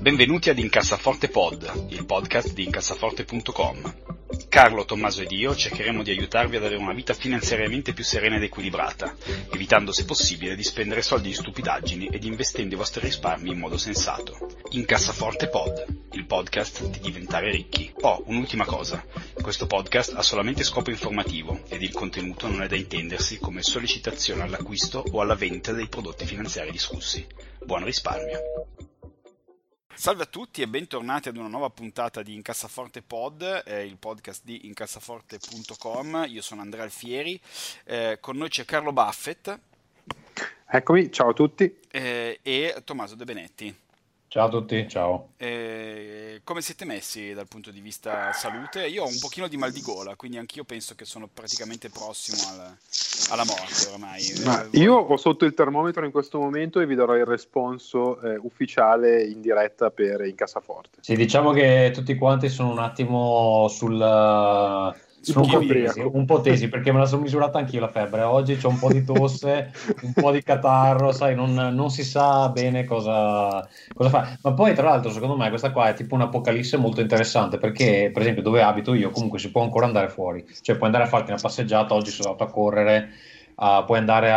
Benvenuti ad Incassaforte Pod, il podcast di incassaforte.com. Carlo, Tommaso ed io cercheremo di aiutarvi ad avere una vita finanziariamente più serena ed equilibrata, evitando se possibile di spendere soldi in stupidaggini ed investendo i vostri risparmi in modo sensato. Incassaforte Pod, il podcast di diventare ricchi. Un'ultima cosa, questo podcast ha solamente scopo informativo ed il contenuto non è da intendersi come sollecitazione all'acquisto o alla vendita dei prodotti finanziari discussi. Buon risparmio! Salve a tutti e bentornati ad una nuova puntata di Incassaforte Pod, il podcast di incassaforte.com. Io sono Andrea Alfieri, con noi c'è Carlo Buffett. Eccomi, ciao a tutti. E Tommaso De Benetti. Ciao a tutti, ciao. Come siete messi dal punto di vista salute? Io ho un pochino di mal di gola, quindi anch'io penso che sono praticamente prossimo alla morte ormai. Io ho sotto il termometro in questo momento e vi darò il responso ufficiale in diretta per Incassaforte. Sì, diciamo che tutti quanti sono un attimo un po' tesi, perché me la sono misurata anch'io la febbre. Oggi c'ho un po' di tosse, un po' di catarro, sai, non si sa bene cosa fare. Ma poi, tra l'altro, secondo me questa qua è tipo un'apocalisse molto interessante, perché, per esempio, dove abito io, comunque si può ancora andare fuori. Cioè, puoi andare a farti una passeggiata, oggi sono andato a correre, puoi andare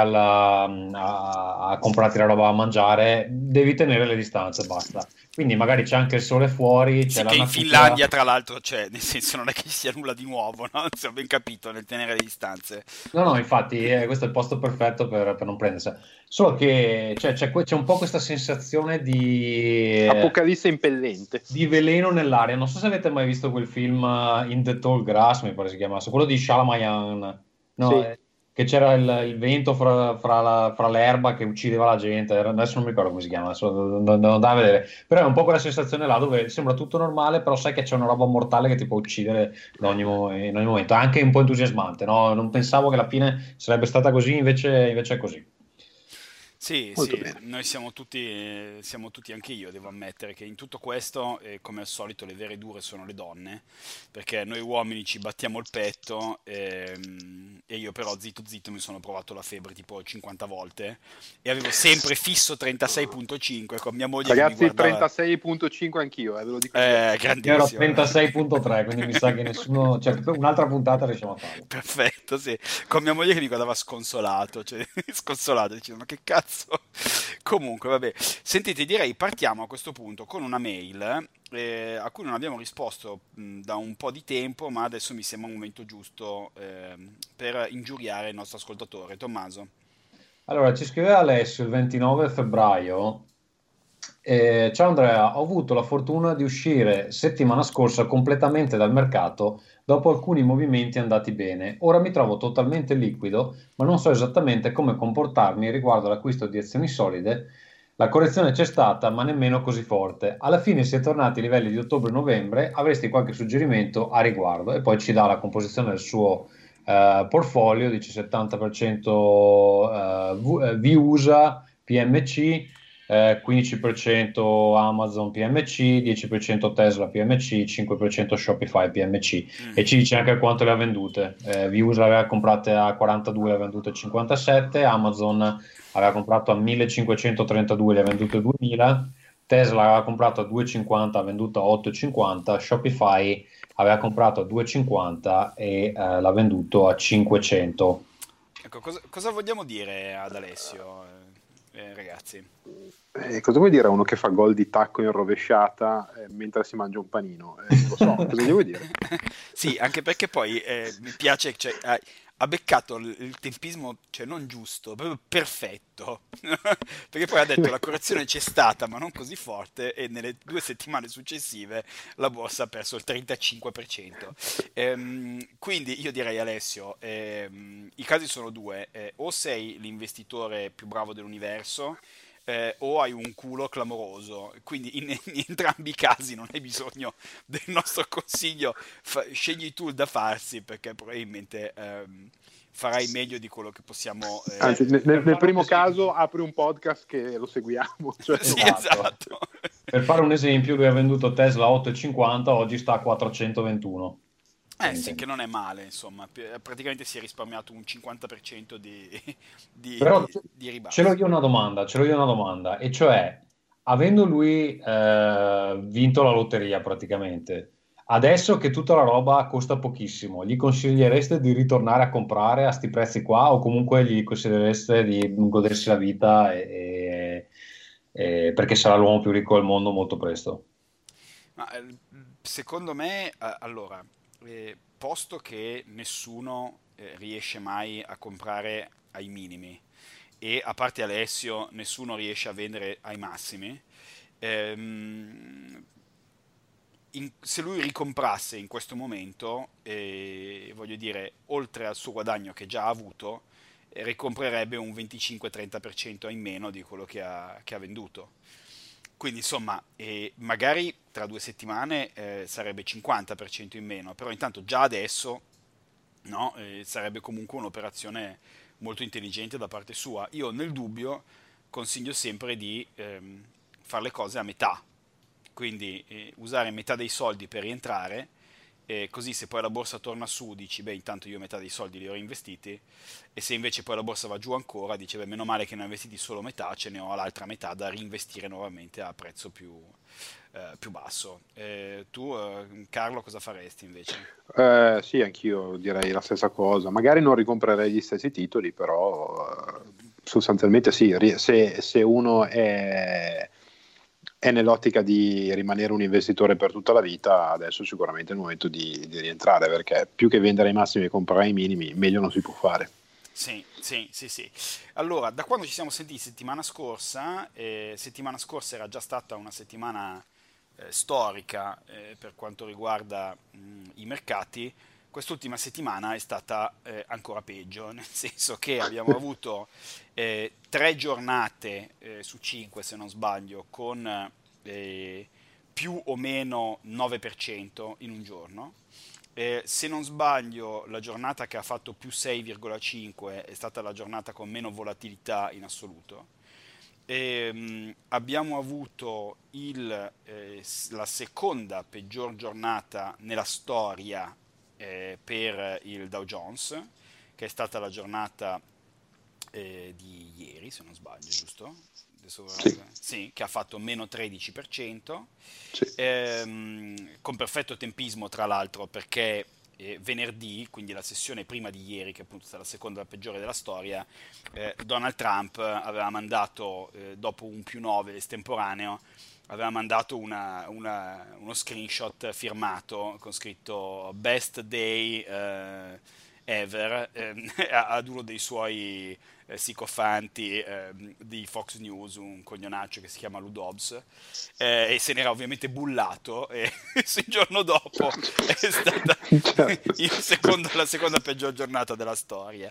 a comprarti la roba da mangiare, devi tenere le distanze, basta. Quindi magari c'è anche il sole fuori, c'è la che in natura. Finlandia tra l'altro c'è, nel senso non è che ci sia nulla di nuovo, no? Se ho ben capito, nel tenere le distanze. No, infatti questo è il posto perfetto per non prendersela. Solo che c'è un po' questa sensazione di apocalisse impellente, di veleno nell'aria. Non so se avete mai visto quel film In the Tall Grass, mi pare si chiamasse, quello di Shyamalan, no? Sì. Che c'era il vento fra l'erba che uccideva la gente. Adesso non mi ricordo come si chiama, adesso devo andare a vedere. Però è un po' quella sensazione là dove sembra tutto normale, però sai che c'è una roba mortale che ti può uccidere in ogni momento. Anche un po' entusiasmante, no? Non pensavo che la fine sarebbe stata così, invece è così. Sì, Molto sì, bene. noi siamo tutti, anche io devo ammettere che in tutto questo, come al solito, le vere dure sono le donne, perché noi uomini ci battiamo il petto e io però zitto zitto mi sono provato la febbre tipo 50 volte e avevo sempre fisso 36.5 con mia moglie Ragazzi, che mi guardava. 36.5 anch'io, ve lo dico. Io ero a Grandissimo. 36.3, quindi mi sa che nessuno, cioè un'altra puntata riusciamo a farla. Perfetto, sì. Con mia moglie che mi guardava sconsolato, cioè sconsolato, diceva ma che cazzo? Comunque, vabbè. Sentite, direi partiamo a questo punto con una mail a cui non abbiamo risposto da un po' di tempo, ma adesso mi sembra un momento giusto per ingiuriare il nostro ascoltatore. Tommaso. Allora, ci scriveva Alessio il 29 febbraio. Ciao Andrea, ho avuto la fortuna di uscire settimana scorsa completamente dal mercato dopo alcuni movimenti andati bene. Ora mi trovo totalmente liquido, ma non so esattamente come comportarmi riguardo all'acquisto di azioni solide. La correzione c'è stata, ma nemmeno così forte. Alla fine si è tornati ai livelli di ottobre-novembre. Avresti qualche suggerimento a riguardo? E poi ci dà la composizione del suo portfolio, dice 70% Viusa, PMC, 15% Amazon PMC, 10% Tesla PMC, 5% Shopify PMC e ci dice anche quanto le ha vendute. Viusa le aveva comprate a 42, le ha vendute a 57, Amazon aveva comprato a 1532, le ha vendute a 2000, Tesla aveva comprato a 250, ha venduto a 850, Shopify aveva comprato a 250 e l'ha venduto a 500. Ecco, cosa vogliamo dire ad Alessio, ragazzi? Cosa vuoi dire a uno che fa gol di tacco in rovesciata mentre si mangia un panino? Non lo so, cosa gli vuoi dire? Sì, anche perché poi mi piace, cioè, ha beccato il tempismo, cioè non giusto, proprio perfetto, perché poi ha detto la correzione c'è stata, ma non così forte, e nelle 2 settimane successive la borsa ha perso il 35%. Quindi io direi, Alessio, i casi sono due: o sei l'investitore più bravo dell'universo, o hai un culo clamoroso, quindi in entrambi i casi non hai bisogno del nostro consiglio, scegli i tool da farsi perché probabilmente farai meglio di quello che possiamo. Anzi, nel primo caso apri un podcast che lo seguiamo. Cioè... Sì, esatto. Per fare un esempio, lui ha venduto Tesla a 8,50, oggi sta a 421. Sì, che non è male, insomma, praticamente si è risparmiato un 50% di Però ribasso. ce l'ho io una domanda, e cioè, avendo lui vinto la lotteria praticamente, adesso che tutta la roba costa pochissimo, gli consigliereste di ritornare a comprare a sti prezzi qua o comunque gli consigliereste di godersi la vita perché sarà l'uomo più ricco del mondo molto presto? Ma, secondo me, allora, posto che nessuno riesce mai a comprare ai minimi e a parte Alessio nessuno riesce a vendere ai massimi, ehm, se lui ricomprasse in questo momento, voglio dire, oltre al suo guadagno che già ha avuto, ricomprerebbe un 25-30% in meno di quello che ha venduto. Quindi insomma, magari tra 2 settimane sarebbe 50% in meno, però intanto già adesso no, sarebbe comunque un'operazione molto intelligente da parte sua. Io nel dubbio consiglio sempre di fare le cose a metà, quindi usare metà dei soldi per rientrare, così se poi la borsa torna su dici beh intanto io metà dei soldi li ho reinvestiti e se invece poi la borsa va giù ancora dici beh meno male che ne ho investiti solo metà, ce ne ho l'altra metà da reinvestire nuovamente a prezzo più basso. Tu Carlo cosa faresti invece? Sì, anch'io direi la stessa cosa. Magari non ricomprerei gli stessi titoli, però sostanzialmente sì, se uno è nell'ottica di rimanere un investitore per tutta la vita, adesso sicuramente è il momento di rientrare, perché più che vendere ai massimi e comprare ai minimi, meglio non si può fare. Sì, sì, sì, sì. Allora, da quando ci siamo sentiti settimana scorsa era già stata una settimana storica per quanto riguarda i mercati, quest'ultima settimana è stata ancora peggio, nel senso che abbiamo avuto 3 giornate su 5, se non sbaglio, con più o meno 9% in un giorno. Se non sbaglio, la giornata che ha fatto più 6,5 è stata la giornata con meno volatilità in assoluto. Abbiamo avuto la seconda peggior giornata nella storia per il Dow Jones, che è stata la giornata di ieri, se non sbaglio, giusto? Adesso, Sì, sì, che ha fatto meno 13%, sì. con perfetto tempismo tra l'altro perché venerdì, quindi la sessione prima di ieri, che appunto è stata la seconda peggiore della storia, Donald Trump aveva mandato, dopo un più 9 estemporaneo, aveva mandato uno screenshot firmato con scritto Best Day Ever ad uno dei suoi sicofanti di Fox News, un cognonaccio che si chiama Lou Dobbs, e se n'era ovviamente bullato e il giorno dopo è stata Certo. la seconda peggior giornata della storia.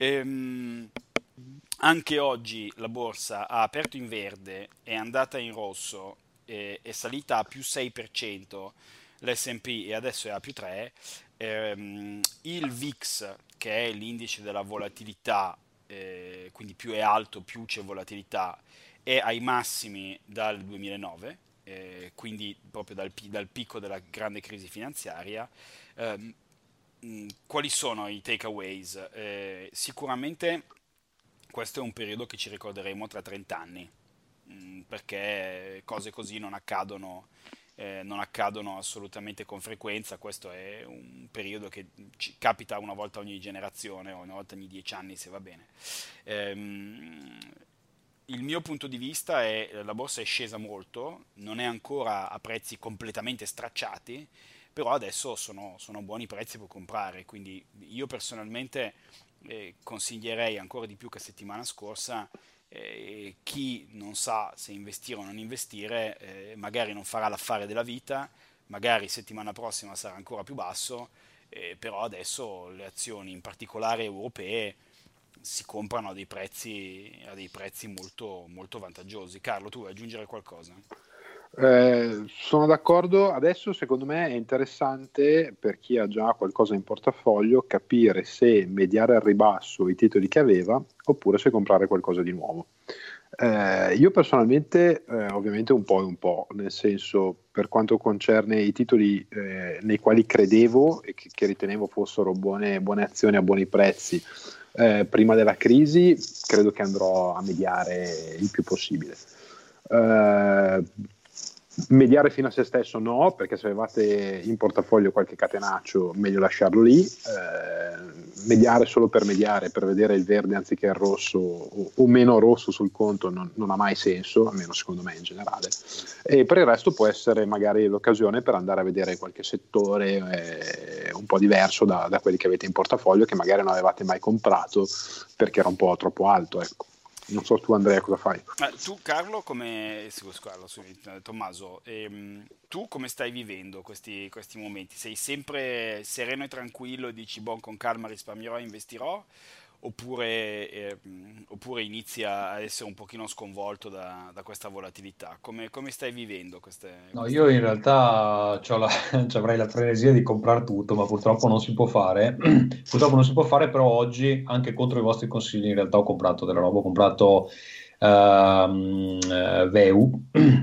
Anche oggi la borsa ha aperto in verde, è andata in rosso, è salita a più 6%, l'S&P e adesso è a più 3%. Il VIX, che è l'indice della volatilità, quindi più è alto più c'è volatilità, è ai massimi dal 2009, quindi proprio dal picco della grande crisi finanziaria. Ehm, Quali sono i takeaways? Sicuramente questo è un periodo che ci ricorderemo tra 30 anni, perché cose così non accadono assolutamente con frequenza. Questo è un periodo che ci capita una volta ogni generazione o una volta ogni 10 anni se va bene. Ehm, il mio punto di vista è che la borsa è scesa molto, non è ancora a prezzi completamente stracciati, però adesso sono buoni prezzi per comprare, quindi io personalmente consiglierei ancora di più che settimana scorsa chi non sa se investire o non investire, magari non farà l'affare della vita, magari settimana prossima sarà ancora più basso, però adesso le azioni, in particolare europee, si comprano a dei prezzi molto, molto vantaggiosi. Carlo, tu vuoi aggiungere qualcosa? Sono d'accordo. Adesso secondo me è interessante per chi ha già qualcosa in portafoglio capire se mediare al ribasso i titoli che aveva oppure se comprare qualcosa di nuovo. Io personalmente ovviamente un po' e un po', nel senso, per quanto concerne i titoli nei quali credevo e che ritenevo fossero buone azioni a buoni prezzi prima della crisi, credo che andrò a mediare il più possibile. Eh, mediare fino a se stesso no, perché se avevate in portafoglio qualche catenaccio meglio lasciarlo lì. Mediare solo per mediare, per vedere il verde anziché il rosso o meno rosso sul conto non ha mai senso, almeno secondo me in generale. E per il resto può essere magari l'occasione per andare a vedere qualche settore un po' diverso da quelli che avete in portafoglio, che magari non avevate mai comprato perché era un po' troppo alto, ecco. Non so tu Andrea cosa fai. Ma tu Carlo, Tommaso, tu come stai vivendo questi momenti? Sei sempre sereno e tranquillo e dici, boh, con calma risparmierò e investirò? Oppure inizia a essere un pochino sconvolto da questa volatilità? Come stai vivendo No, queste... io in realtà avrei la frenesia di comprare tutto, ma purtroppo non si può fare. Purtroppo non si può fare, però oggi, anche contro i vostri consigli, in realtà ho comprato della roba. Ho comprato Veu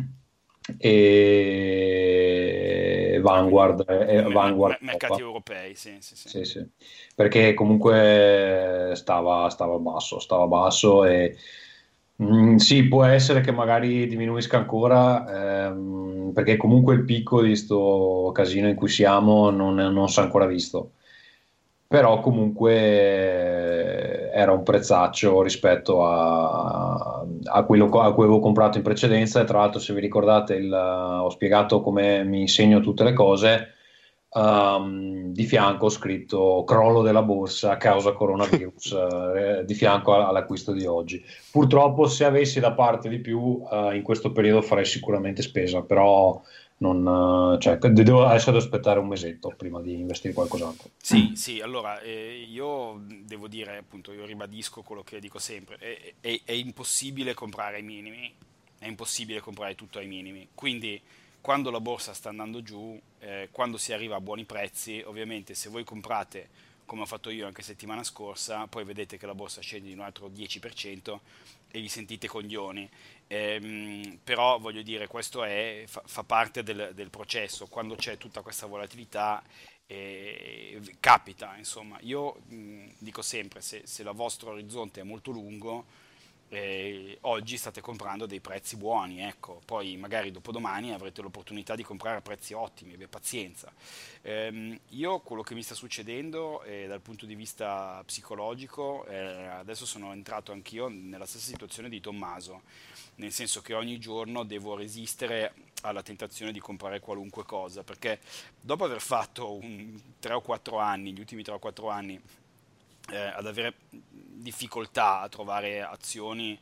e Quindi Vanguard, Vanguard mercati Copa. europei, sì, sì, sì. Sì, sì. Perché comunque stava basso e sì, può essere che magari diminuisca ancora, perché comunque il picco di sto casino in cui siamo non si è ancora visto. Però comunque era un prezzaccio rispetto a a cui avevo comprato in precedenza. E tra l'altro, se vi ricordate, ho spiegato come mi segno tutte le cose. Di fianco ho scritto crollo della borsa a causa coronavirus, di fianco all'acquisto di oggi. Purtroppo, se avessi da parte di più, in questo periodo farei sicuramente spesa, però non, cioè, adesso devo aspettare un mesetto prima di investire qualcos'altro. Sì, sì, allora io devo dire, appunto, io ribadisco quello che dico sempre, è impossibile comprare ai minimi, è impossibile comprare tutto ai minimi, quindi quando la borsa sta andando giù, quando si arriva a buoni prezzi, ovviamente se voi comprate, come ho fatto io anche settimana scorsa, poi vedete che la borsa scende di un altro 10% e vi sentite coglioni. Però voglio dire, fa parte del processo, quando c'è tutta questa volatilità capita, insomma, io dico sempre, se il vostro orizzonte è molto lungo, oggi state comprando dei prezzi buoni, ecco, poi magari dopodomani avrete l'opportunità di comprare a prezzi ottimi, abbi pazienza. Io quello che mi sta succedendo dal punto di vista psicologico, adesso sono entrato anch'io nella stessa situazione di Tommaso, nel senso che ogni giorno devo resistere alla tentazione di comprare qualunque cosa, perché dopo aver fatto 3 o 4 anni, gli ultimi 3 o 4 anni, ad avere difficoltà a trovare azioni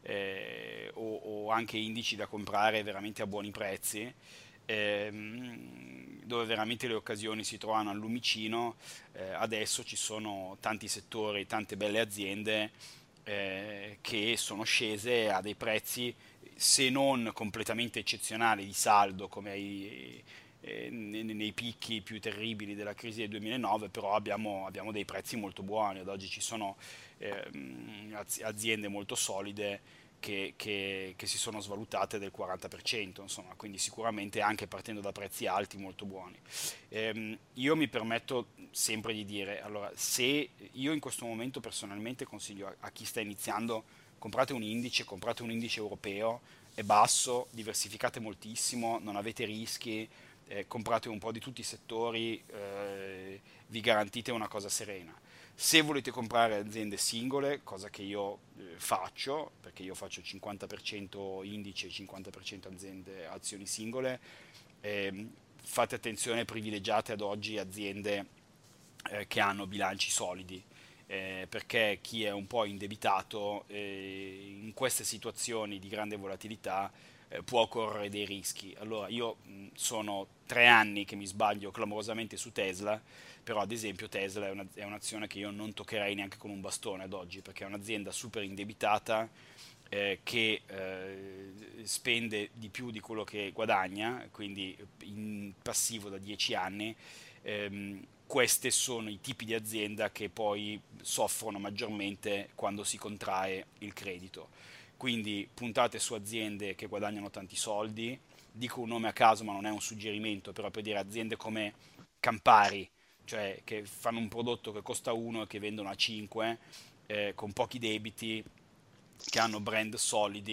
o anche indici da comprare veramente a buoni prezzi, dove veramente le occasioni si trovano al lumicino, adesso ci sono tanti settori, tante belle aziende che sono scese a dei prezzi se non completamente eccezionali di saldo come nei picchi più terribili della crisi del 2009, però abbiamo dei prezzi molto buoni. Ad oggi ci sono aziende molto solide che si sono svalutate del 40%, insomma, quindi sicuramente anche partendo da prezzi alti molto buoni. Io mi permetto sempre di dire, allora, se io in questo momento personalmente consiglio a chi sta iniziando, comprate un indice europeo, è basso, diversificate moltissimo, non avete rischi, comprate un po' di tutti i settori, vi garantite una cosa serena. Se volete comprare aziende singole, cosa che io faccio, perché io faccio 50% indice e 50% azioni singole, fate attenzione, privilegiate ad oggi aziende che hanno bilanci solidi, perché chi è un po' indebitato in queste situazioni di grande volatilità può correre dei rischi. Allora, io sono 3 anni che mi sbaglio clamorosamente su Tesla, però ad esempio Tesla è un'azione che io non toccherei neanche con un bastone ad oggi, perché è un'azienda super indebitata che spende di più di quello che guadagna, quindi in passivo da 10 anni. Questi sono i tipi di azienda che poi soffrono maggiormente quando si contrae il credito. Quindi puntate su aziende che guadagnano tanti soldi, dico un nome a caso ma non è un suggerimento, però per dire aziende come Campari, cioè che fanno un prodotto che costa 1 e che vendono a 5, con pochi debiti, che hanno brand solidi,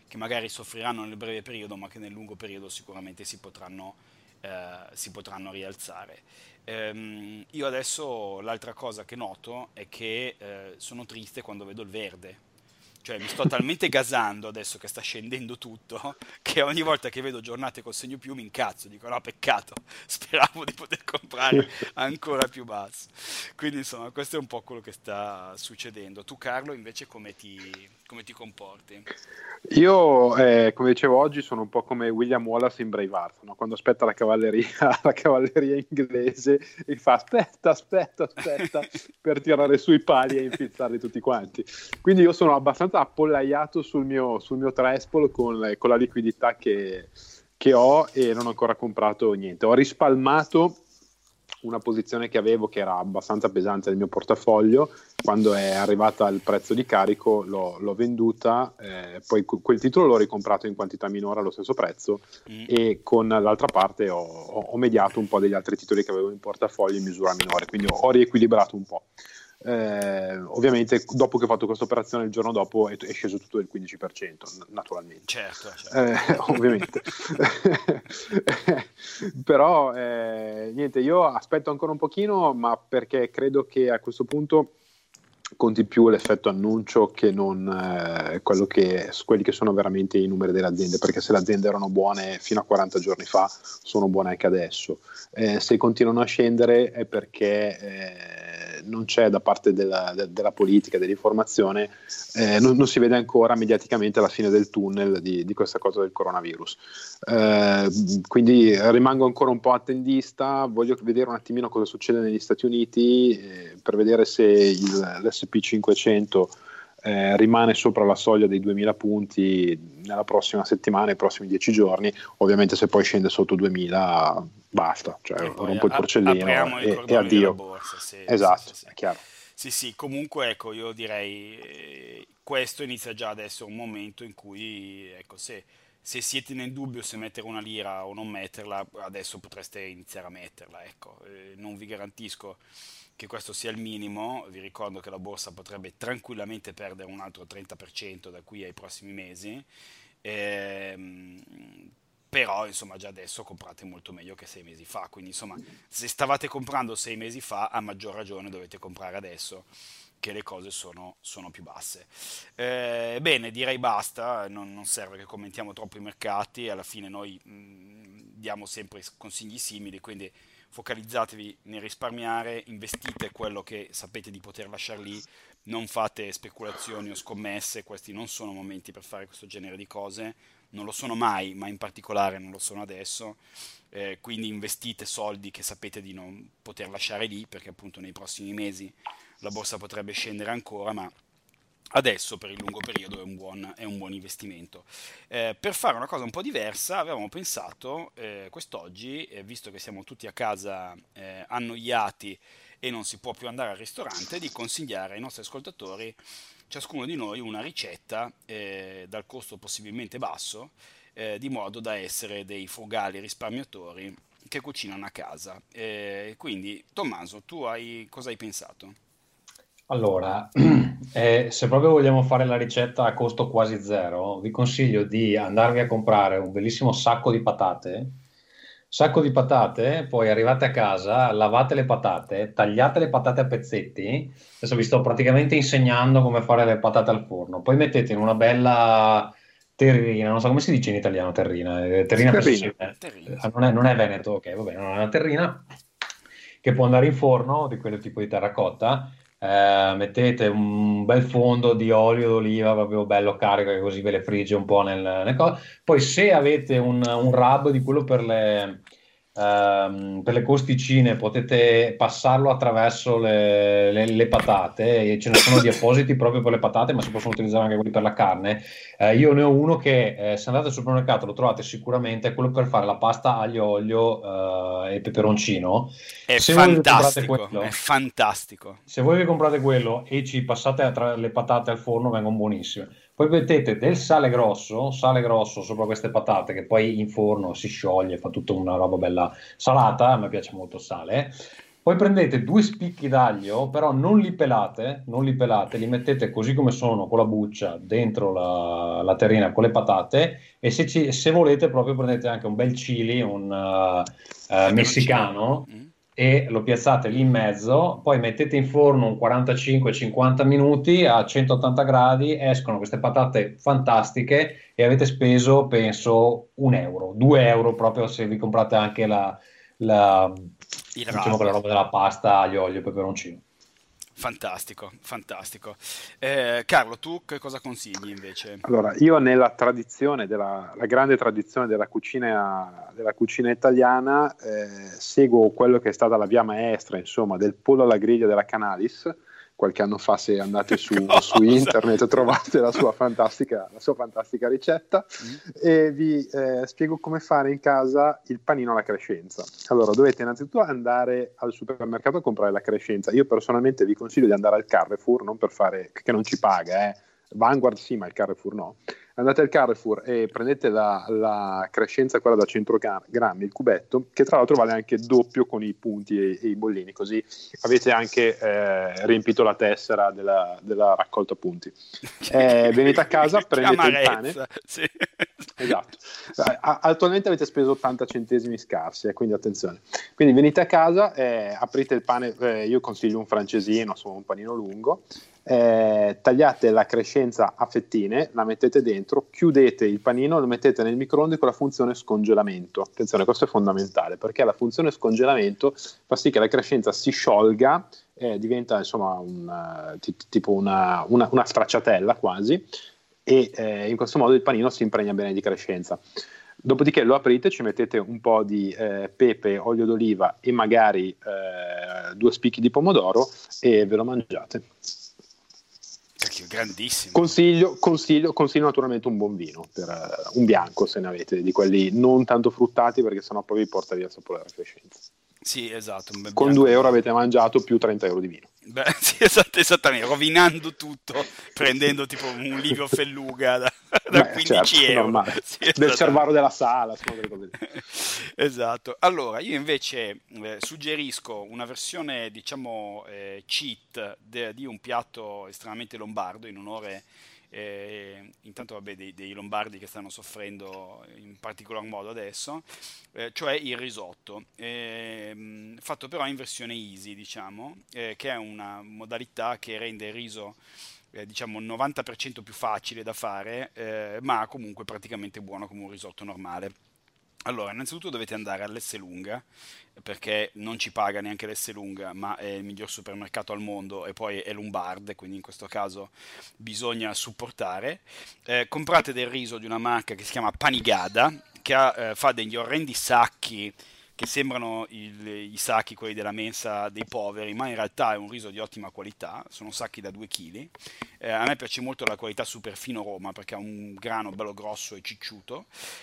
che magari soffriranno nel breve periodo, ma che nel lungo periodo sicuramente si potranno rialzare. Io adesso l'altra cosa che noto è che sono triste quando vedo il verde. Cioè, mi sto talmente gasando adesso che sta scendendo tutto, che ogni volta che vedo giornate col segno più mi incazzo, dico no, peccato, speravo di poter comprare ancora più basso. Quindi insomma, questo è un po' quello che sta succedendo. Tu, Carlo, invece come ti comporti? Io, come dicevo oggi, sono un po' come William Wallace in Braveheart, no? Quando aspetta la cavalleria, la cavalleria inglese e fa aspetta per tirare su i pali e infizzarli tutti quanti. Quindi io sono abbastanza appollaiato sul mio Trespol con la liquidità che ho e non ho ancora comprato niente. Ho rispalmato una posizione che avevo che era abbastanza pesante nel mio portafoglio. Quando è arrivata il prezzo di carico l'ho venduta, poi quel titolo l'ho ricomprato in quantità minore allo stesso prezzo e con l'altra parte ho mediato un po' degli altri titoli che avevo in portafoglio in misura minore, quindi ho riequilibrato un po'. Ovviamente dopo che ho fatto questa operazione il giorno dopo è sceso tutto del 15%, naturalmente, certo. Ovviamente. Però niente, io aspetto ancora un pochino, ma perché credo che a questo punto conti più l'effetto annuncio che non quelli che sono veramente i numeri delle aziende, perché se le aziende erano buone fino a 40 giorni fa, sono buone anche adesso. Se continuano a scendere è perché non c'è da parte della politica, dell'informazione, non si vede ancora mediaticamente la fine del tunnel di questa cosa del coronavirus. Quindi rimango ancora un po' attendista, voglio vedere un attimino cosa succede negli Stati Uniti per vedere se l'S&P 500 rimane sopra la soglia dei 2000 punti nella prossima settimana, nei prossimi 10 giorni. Ovviamente se poi scende sotto 2000 basta, cioè rompo il porcellino e addio. Borsa, sì, esatto, sì. è chiaro. Sì, comunque ecco, io direi questo inizia già ad essere un momento in cui, ecco, se siete nel dubbio se mettere una lira o non metterla, adesso potreste iniziare a metterla, ecco. Non vi garantisco che questo sia il minimo, vi ricordo che la borsa potrebbe tranquillamente perdere un altro 30% da qui ai prossimi mesi, però insomma già adesso comprate molto meglio che 6 mesi fa, quindi insomma se stavate comprando 6 mesi fa a maggior ragione dovete comprare adesso che le cose sono più basse. Bene, direi basta, non serve che commentiamo troppo i mercati, alla fine noi diamo sempre consigli simili, quindi focalizzatevi nel risparmiare, investite quello che sapete di poter lasciare lì, non fate speculazioni o scommesse, questi non sono momenti per fare questo genere di cose, non lo sono mai, ma in particolare non lo sono adesso, quindi investite soldi che sapete di non poter lasciare lì, perché appunto nei prossimi mesi la borsa potrebbe scendere ancora, ma adesso per il lungo periodo è un buon investimento. Per fare una cosa un po' diversa avevamo pensato quest'oggi, visto che siamo tutti a casa annoiati e non si può più andare al ristorante, di consigliare ai nostri ascoltatori, ciascuno di noi, una ricetta dal costo possibilmente basso, di modo da essere dei frugali risparmiatori che cucinano a casa. Quindi Tommaso, cosa hai pensato? Allora, se proprio vogliamo fare la ricetta a costo quasi zero, vi consiglio di andarvi a comprare un bellissimo sacco di patate. Sacco di patate, poi arrivate a casa, lavate le patate, tagliate le patate a pezzetti. Adesso vi sto praticamente insegnando come fare le patate al forno. Poi mettete in una bella terrina, non so come si dice in italiano terrina, terrina penso sia- Terrina. non è veneto, ok, va bene, non è una terrina che può andare in forno di quel tipo di terracotta. Mettete un bel fondo di olio d'oliva proprio bello carico che così ve le frigge un po' nel poi se avete un rub di quello per le costicine potete passarlo attraverso le patate e ce ne sono di appositi proprio per le patate, ma si possono utilizzare anche quelli per la carne. Io ne ho uno che se andate al supermercato lo trovate sicuramente, è quello per fare la pasta aglio, olio e peperoncino. È Se voi vi comprate fantastico, quello, è fantastico. se voi vi comprate quello e ci passate tra le patate al forno, vengono buonissime. Poi mettete del sale grosso sopra queste patate che poi in forno si scioglie, fa tutta una roba bella salata. A me piace molto il sale. Poi prendete 2 spicchi d'aglio, però non li pelate, li mettete così come sono, con la buccia, dentro la terrina con le patate, e se volete proprio prendete anche un bel chili, un Peperoncino. messicano, Mm. e lo piazzate lì in mezzo, poi mettete in forno un 45-50 minuti a 180 gradi, escono queste patate fantastiche e avete speso, penso, 1 euro, 2 euro proprio se vi comprate anche la, Il diciamo, quella raso. roba della pasta, aglio, olio e peperoncino. Fantastico, fantastico. Carlo, tu che cosa consigli invece? Allora, io nella tradizione la grande tradizione della cucina italiana, seguo quello che è stata la via maestra, insomma, del pollo alla griglia della Canalis. Qualche anno fa, se andate su Cosa? internet, trovate la sua fantastica ricetta, Mm? e vi spiego come fare in casa il panino alla crescenza. Allora, dovete innanzitutto andare al supermercato a comprare la crescenza. Io personalmente vi consiglio di andare al Carrefour, non per fare, che non ci paga, Vanguard sì, ma il Carrefour no. Andate al Carrefour e prendete la crescenza, quella da 100 grammi, il cubetto, che tra l'altro vale anche doppio con i punti e i bollini, così avete anche riempito la tessera della raccolta punti. Venite a casa, Che prendete il pane. amarezza, sì. Esatto. Attualmente avete speso 80 centesimi scarsi, quindi attenzione. Quindi venite a casa, aprite il pane, io consiglio un francesino, insomma un panino lungo, tagliate la crescenza a fettine, la mettete dentro, chiudete il panino, lo mettete nel microonde con la funzione scongelamento. Attenzione, questo è fondamentale, perché la funzione scongelamento fa sì che la crescenza si sciolga, diventa insomma tipo una stracciatella quasi, e in questo modo il panino si impregna bene di crescenza. Dopodiché lo aprite, ci mettete un po' di pepe, olio d'oliva e magari 2 spicchi di pomodoro e ve lo mangiate. Cacchio, grandissimo. Consiglio naturalmente un buon vino, un bianco se ne avete, di quelli non tanto fruttati, perché sennò poi vi porta via il sapore della crescenza. Sì, esatto, un bel Con bianco 2 euro buono. avete mangiato più 30 euro di vino. Beh, sì, esattamente, rovinando tutto, prendendo tipo un Livio Felluga da Beh, certo, 15 euro. normale. Sì, Del esattamente. Cervaro della Sala, insomma, delle cose lì. Esatto. Allora, io invece suggerisco una versione, diciamo, cheat di un piatto estremamente lombardo in onore, intanto, vabbè, dei lombardi che stanno soffrendo in particolar modo adesso, cioè il risotto, fatto però in versione easy, diciamo, che è una modalità che rende il riso, diciamo, il 90% più facile da fare, ma comunque praticamente buono come un risotto normale. Allora, innanzitutto dovete andare all'Esselunga, perché non ci paga neanche l'Esselunga, ma è il miglior supermercato al mondo e poi è Lombard, quindi in questo caso bisogna supportare. Comprate del riso di una marca che si chiama Panigada, che fa degli orrendi sacchi che sembrano i sacchi, quelli della mensa dei poveri, ma in realtà è un riso di ottima qualità, sono sacchi da 2 kg. A me piace molto la qualità Superfino Roma, perché ha un grano bello grosso e cicciuto.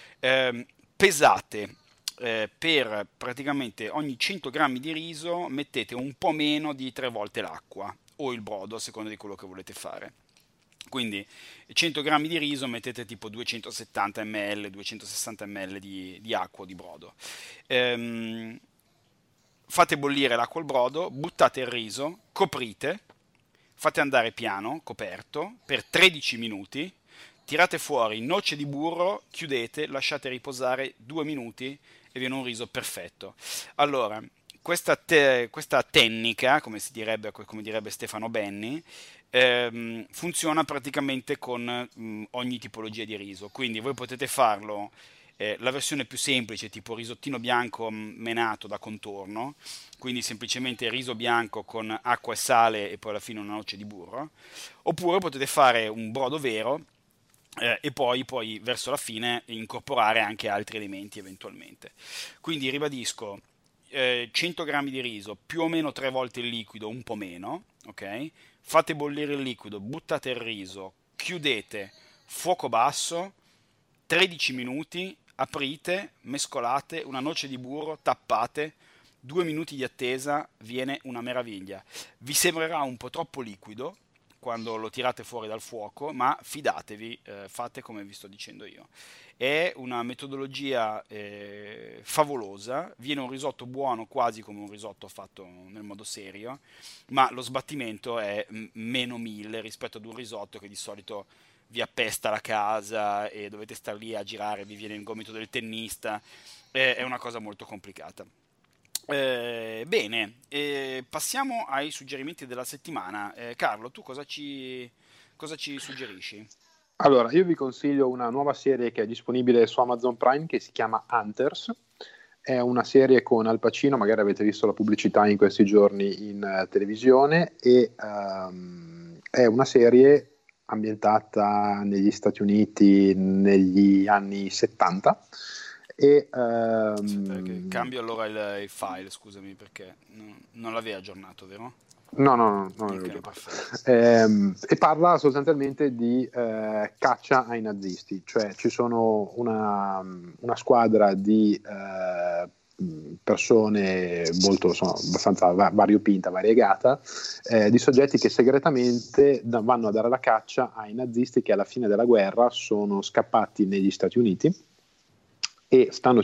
Pesate, per praticamente ogni 100 grammi di riso mettete un po' meno di 3 volte l'acqua o il brodo a seconda di quello che volete fare. Quindi 100 grammi di riso mettete tipo 270 ml, 260 ml di acqua o di brodo. Ehm, Fate bollire l'acqua al brodo, buttate il riso, coprite, fate andare piano, coperto, per 13 minuti, tirate fuori noce di burro, chiudete, lasciate riposare 2 minuti e viene un riso perfetto. Allora, questa tecnica, come direbbe Stefano Benni, funziona praticamente con ogni tipologia di riso. Quindi voi potete farlo, la versione più semplice, tipo risottino bianco menato da contorno, quindi semplicemente riso bianco con acqua e sale e poi alla fine una noce di burro, oppure potete fare un brodo vero, e poi verso la fine incorporare anche altri elementi eventualmente. Quindi ribadisco, 100 grammi di riso, più o meno 3 volte il liquido, un po' meno, ok? Fate bollire il liquido, buttate il riso, chiudete, fuoco basso, 13 minuti, aprite, mescolate, una noce di burro, tappate, 2 minuti di attesa, viene una meraviglia. Vi sembrerà un po' troppo liquido, quando lo tirate fuori dal fuoco, ma fidatevi, fate come vi sto dicendo io. È una metodologia favolosa, viene un risotto buono quasi come un risotto fatto nel modo serio, ma lo sbattimento è meno 1000 rispetto ad un risotto che di solito vi appesta la casa e dovete stare lì a girare, vi viene il gomito del tennista, è una cosa molto complicata. Bene, passiamo ai suggerimenti della settimana. Carlo, tu cosa ci suggerisci? Allora, io vi consiglio una nuova serie che è disponibile su Amazon Prime che si chiama Hunters. È una serie con Al Pacino, magari avete visto la pubblicità in questi giorni in televisione, e è una serie ambientata negli Stati Uniti negli anni 70 e cambio allora il file, scusami, perché non l'avevi aggiornato, vero? No, non l'avevo aggiornato. E parla sostanzialmente di caccia ai nazisti, cioè ci sono una squadra di persone molto, abbastanza variopinta, variegata, di soggetti che segretamente vanno a dare la caccia ai nazisti che alla fine della guerra sono scappati negli Stati Uniti e stanno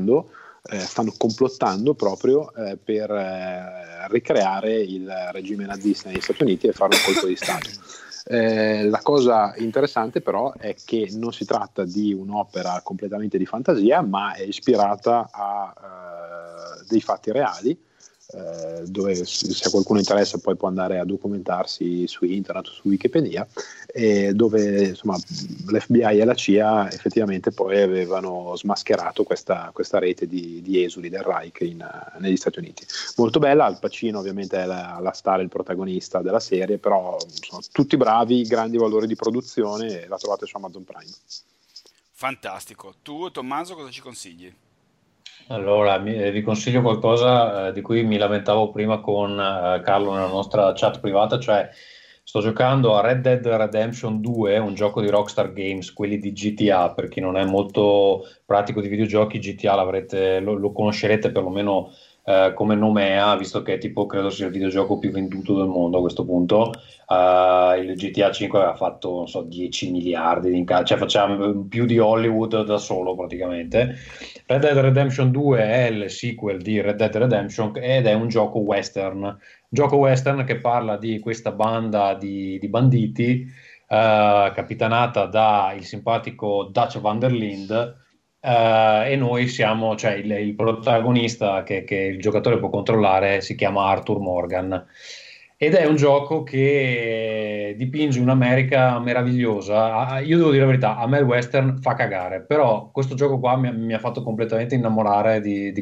complottando proprio per ricreare il regime nazista negli Stati Uniti e fare un colpo di Stato. La cosa interessante però è che non si tratta di un'opera completamente di fantasia, ma è ispirata a dei fatti reali, dove se qualcuno interessa poi può andare a documentarsi su internet o su Wikipedia, dove insomma l'FBI e la CIA effettivamente poi avevano smascherato questa rete di esuli del Reich negli Stati Uniti. Molto bella, Al Pacino ovviamente è la star, il protagonista della serie, però sono tutti bravi, grandi valori di produzione, e la trovate su Amazon Prime. Fantastico. Tu, Tommaso, cosa ci consigli? Allora, vi consiglio qualcosa di cui mi lamentavo prima con Carlo nella nostra chat privata, cioè sto giocando a Red Dead Redemption 2, un gioco di Rockstar Games, quelli di GTA. Per chi non è molto pratico di videogiochi, GTA lo conoscerete perlomeno come nomea, visto che tipo credo sia il videogioco più venduto del mondo a questo punto. Il GTA 5 aveva fatto, non so, 10 miliardi di incassi, cioè faceva più di Hollywood da solo praticamente. Red Dead Redemption 2 è il sequel di Red Dead Redemption ed è un gioco western che parla di questa banda di banditi capitanata da il simpatico Dutch van der Linde, e noi siamo, cioè il protagonista che il giocatore può controllare si chiama Arthur Morgan. Ed è un gioco che dipinge un'America meravigliosa. Io devo dire la verità, a me il western fa cagare, però questo gioco qua mi ha fatto completamente innamorare di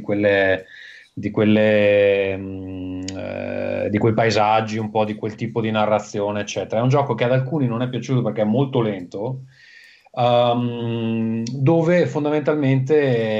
quei paesaggi, un po' di quel tipo di narrazione, eccetera. È un gioco che ad alcuni non è piaciuto perché è molto lento, dove fondamentalmente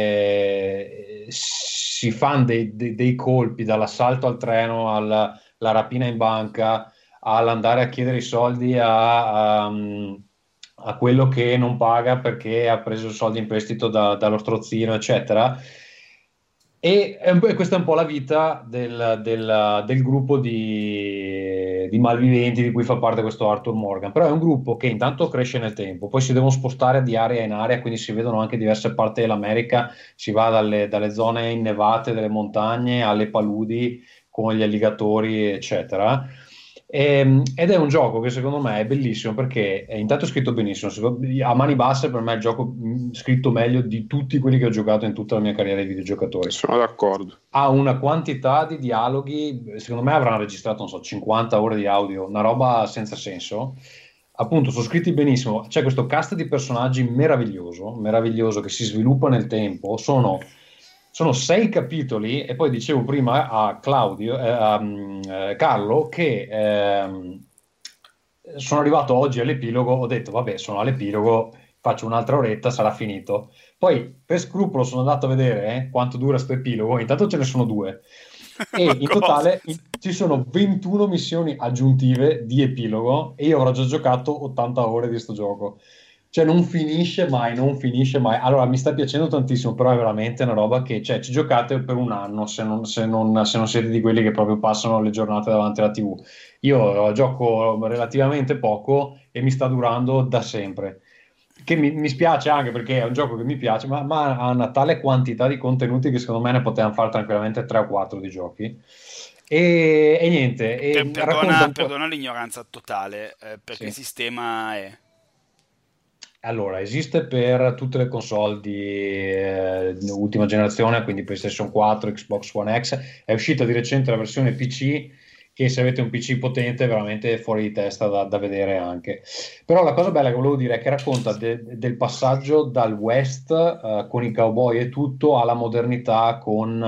si fanno dei colpi, dall'assalto al treno alla rapina in banca, all'andare a chiedere i soldi a quello che non paga perché ha preso i soldi in prestito dallo strozzino, eccetera. E questa è un po' la vita del gruppo di malviventi di cui fa parte questo Arthur Morgan. Però è un gruppo che intanto cresce nel tempo, poi si devono spostare di area in area, quindi si vedono anche diverse parti dell'America, si va dalle zone innevate delle montagne alle paludi con gli alligatori, eccetera. Ed è un gioco che secondo me è bellissimo perché è intanto scritto benissimo. A mani basse per me è il gioco scritto meglio di tutti quelli che ho giocato in tutta la mia carriera di videogiocatori. Sono d'accordo. Ha una quantità di dialoghi, secondo me avranno registrato, non so, 50 ore di audio, una roba senza senso. Appunto, sono scritti benissimo. C'è questo cast di personaggi meraviglioso che si sviluppa nel tempo. Sono 6 capitoli, e poi dicevo prima a Carlo che sono arrivato oggi all'epilogo, ho detto vabbè, sono all'epilogo, faccio un'altra oretta, sarà finito. Poi per scrupolo sono andato a vedere quanto dura sto epilogo, intanto ce ne sono 2 e in totale ci sono 21 missioni aggiuntive di epilogo e io avrò già giocato 80 ore di sto gioco. Cioè non finisce mai, non finisce mai. Allora mi sta piacendo tantissimo, però è veramente una roba che, cioè, ci giocate per un anno se non siete di quelli che proprio passano le giornate davanti alla TV. Io gioco relativamente poco e mi sta durando da sempre. Che mi spiace anche perché è un gioco che mi piace, ma ha una tale quantità di contenuti che secondo me ne potevamo fare tranquillamente 3 o 4 di giochi. E niente, racconta un po'. Perdona l'ignoranza totale, per che Sì. sistema è? Allora, esiste per tutte le console di ultima generazione, quindi PlayStation 4, Xbox One X. È uscita di recente la versione PC, che se avete un PC potente è veramente fuori di testa da vedere anche. Però la cosa bella che volevo dire è che racconta del passaggio dal West, con i cowboy e tutto, alla modernità con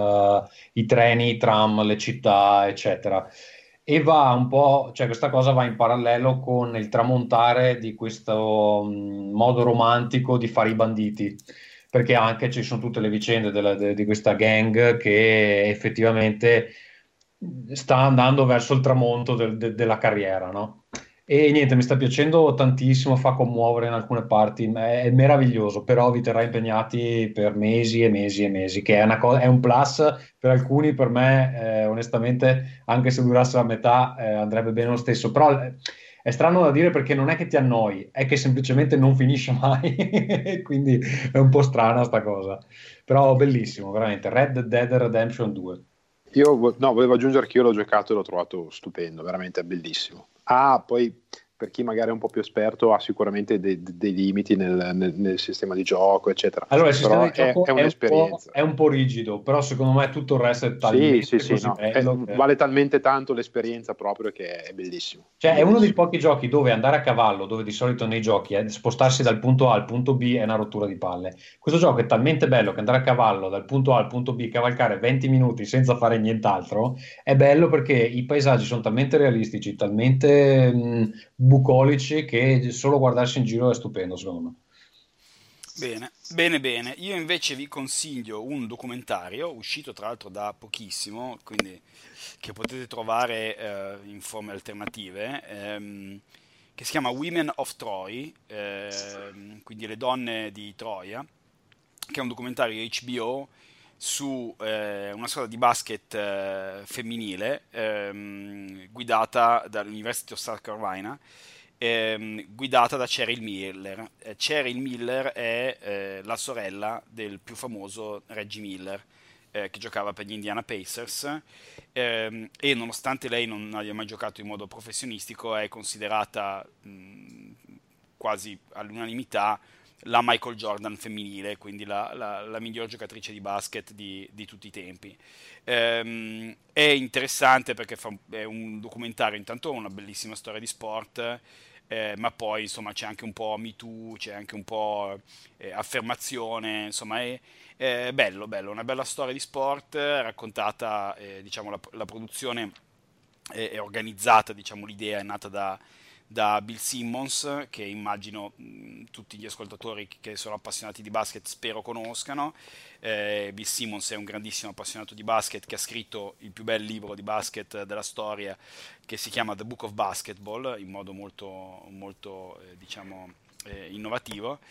i treni, i tram, le città, eccetera. E va un po', cioè questa cosa va in parallelo con il tramontare di questo modo romantico di fare i banditi, perché anche ci sono tutte le vicende di questa gang che effettivamente sta andando verso il tramonto della carriera, no? E niente, mi sta piacendo tantissimo, fa commuovere in alcune parti, è meraviglioso, però vi terrà impegnati per mesi e mesi e mesi, che è un plus per alcuni, per me, onestamente, anche se durasse la metà, andrebbe bene lo stesso. Però è strano da dire perché non è che ti annoi, è che semplicemente non finisce mai, quindi è un po' strana sta cosa. Però bellissimo, veramente. Red Dead Redemption 2. No, volevo aggiungere che io l'ho giocato e l'ho trovato stupendo, veramente bellissimo. Poi per chi magari è un po' più esperto ha sicuramente dei limiti nel sistema di gioco, eccetera. Allora, il sistema Però di gioco è un'esperienza. è un po' rigido, però secondo me tutto il resto è Sì, sì, talmente sì, così no, bello che... vale talmente tanto l'esperienza proprio che è bellissimo, è Cioè, è uno dei bellissimo. pochi giochi dove andare a cavallo, dove di solito nei giochi spostarsi dal punto A al punto B è una rottura di palle. Questo gioco è talmente bello che andare a cavallo dal punto A al punto B, cavalcare 20 minuti senza fare nient'altro, è bello perché i paesaggi sono talmente realistici, talmente bucolici che solo guardarsi in giro è stupendo, secondo me. Bene, bene, bene. Io invece vi consiglio un documentario uscito tra l'altro da pochissimo, quindi che potete trovare in forme alternative, che si chiama Women of Troy, quindi le donne di Troia, che è un documentario HBO su una squadra di basket femminile guidata dall'University of South Carolina, guidata da Cheryl Miller. Cheryl Miller è la sorella del più famoso Reggie Miller, che giocava per gli Indiana Pacers, e nonostante lei non abbia mai giocato in modo professionistico è considerata quasi all'unanimità la Michael Jordan femminile, quindi la miglior giocatrice di basket di tutti i tempi. È interessante perché è un documentario, intanto una bellissima storia di sport, ma poi insomma c'è anche un po' Me Too, c'è anche un po' affermazione, insomma è bello, bello, una bella storia di sport raccontata, diciamo la produzione è organizzata, diciamo l'idea è nata da Bill Simmons, che immagino tutti gli ascoltatori che sono appassionati di basket spero conoscano. Bill Simmons è un grandissimo appassionato di basket che ha scritto il più bel libro di basket della storia, che si chiama The Book of Basketball, in modo molto, molto diciamo, innovativo.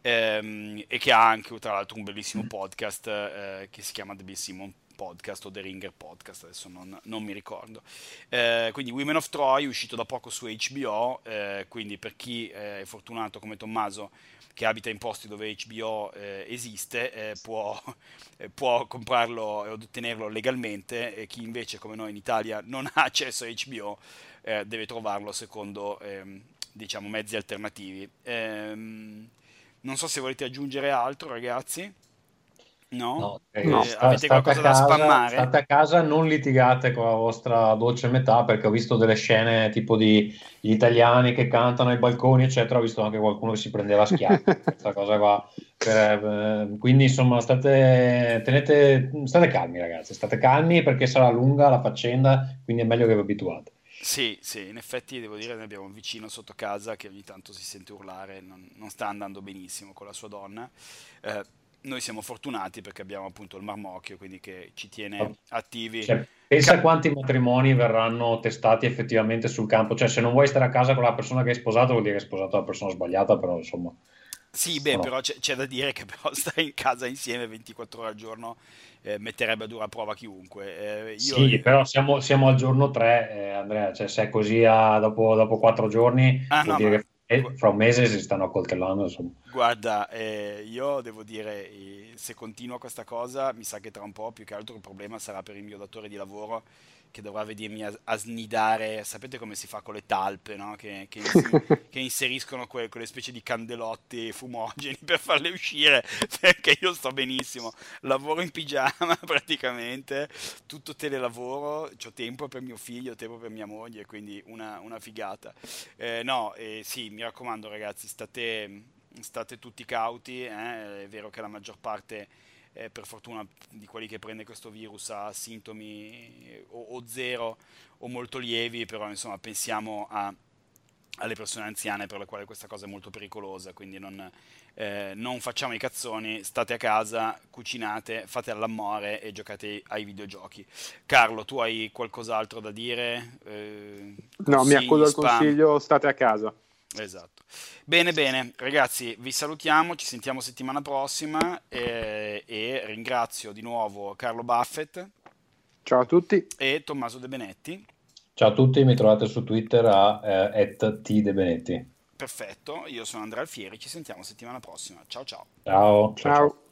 E che ha anche tra l'altro un bellissimo podcast che si chiama The Bill Simmons Podcast o The Ringer Podcast, adesso non mi ricordo. Quindi Women of Troy, uscito da poco su HBO, quindi per chi è fortunato come Tommaso che abita in posti dove HBO esiste, può comprarlo ed ottenerlo legalmente, e chi invece come noi in Italia non ha accesso a HBO deve trovarlo secondo diciamo mezzi alternativi. Non so se volete aggiungere altro, ragazzi. No? No, No. Avete qualcosa da spammare? state a casa, non litigate con la vostra dolce metà perché ho visto delle scene tipo di gli italiani che cantano ai balconi, eccetera. Ho visto anche qualcuno che si prendeva a schiaffi. Questa cosa qua. Quindi insomma, state calmi, ragazzi, state calmi perché sarà lunga la faccenda, quindi è meglio che vi abituate. Sì, sì, in effetti devo dire, noi abbiamo un vicino sotto casa che ogni tanto si sente urlare, non sta andando benissimo con la sua donna. Eh, Noi siamo fortunati perché abbiamo appunto il marmocchio, quindi che ci tiene attivi. Cioè, pensa quanti matrimoni verranno testati effettivamente sul campo. Cioè, se non vuoi stare a casa con la persona che hai sposato, vuol dire che hai sposato la persona sbagliata, però insomma. Sì, beh, o no? però c'è da dire che però stare in casa insieme 24 ore al giorno metterebbe a dura prova chiunque. Sì, però siamo al giorno 3, Andrea. Cioè, se è così dopo 4 giorni, Ah vuol no, ma dire che fra un mese si stanno accoltellando, insomma. guarda, io devo dire, se continua questa cosa, mi sa che tra un po' più che altro il problema sarà per il mio datore di lavoro che dovrà vedermi a snidare, sapete come si fa con le talpe, no? Che inseriscono quelle specie di candelotti fumogeni per farle uscire, perché io sto benissimo, lavoro in pigiama praticamente, tutto telelavoro, c'ho tempo per mio figlio, tempo per mia moglie, quindi una figata. No, sì, mi raccomando ragazzi, state tutti cauti, è vero che la maggior parte, per fortuna, di quelli che prende questo virus ha sintomi o zero o molto lievi, però insomma pensiamo alle persone anziane per le quali questa cosa è molto pericolosa, quindi non facciamo i cazzoni, state a casa, cucinate, fate all'amore e giocate ai videogiochi. Carlo, tu hai qualcos'altro da dire? No, mi Consigli, accodo al spam? consiglio, state a casa. Esatto. Bene, bene, ragazzi, vi salutiamo, ci sentiamo settimana prossima e ringrazio di nuovo Carlo Buffett Ciao a tutti. e Tommaso De Benetti. Ciao a tutti, mi trovate su Twitter a @tdebenetti. Perfetto, io sono Andrea Alfieri, ci sentiamo settimana prossima. Ciao ciao. Ciao, ciao, ciao. Ciao.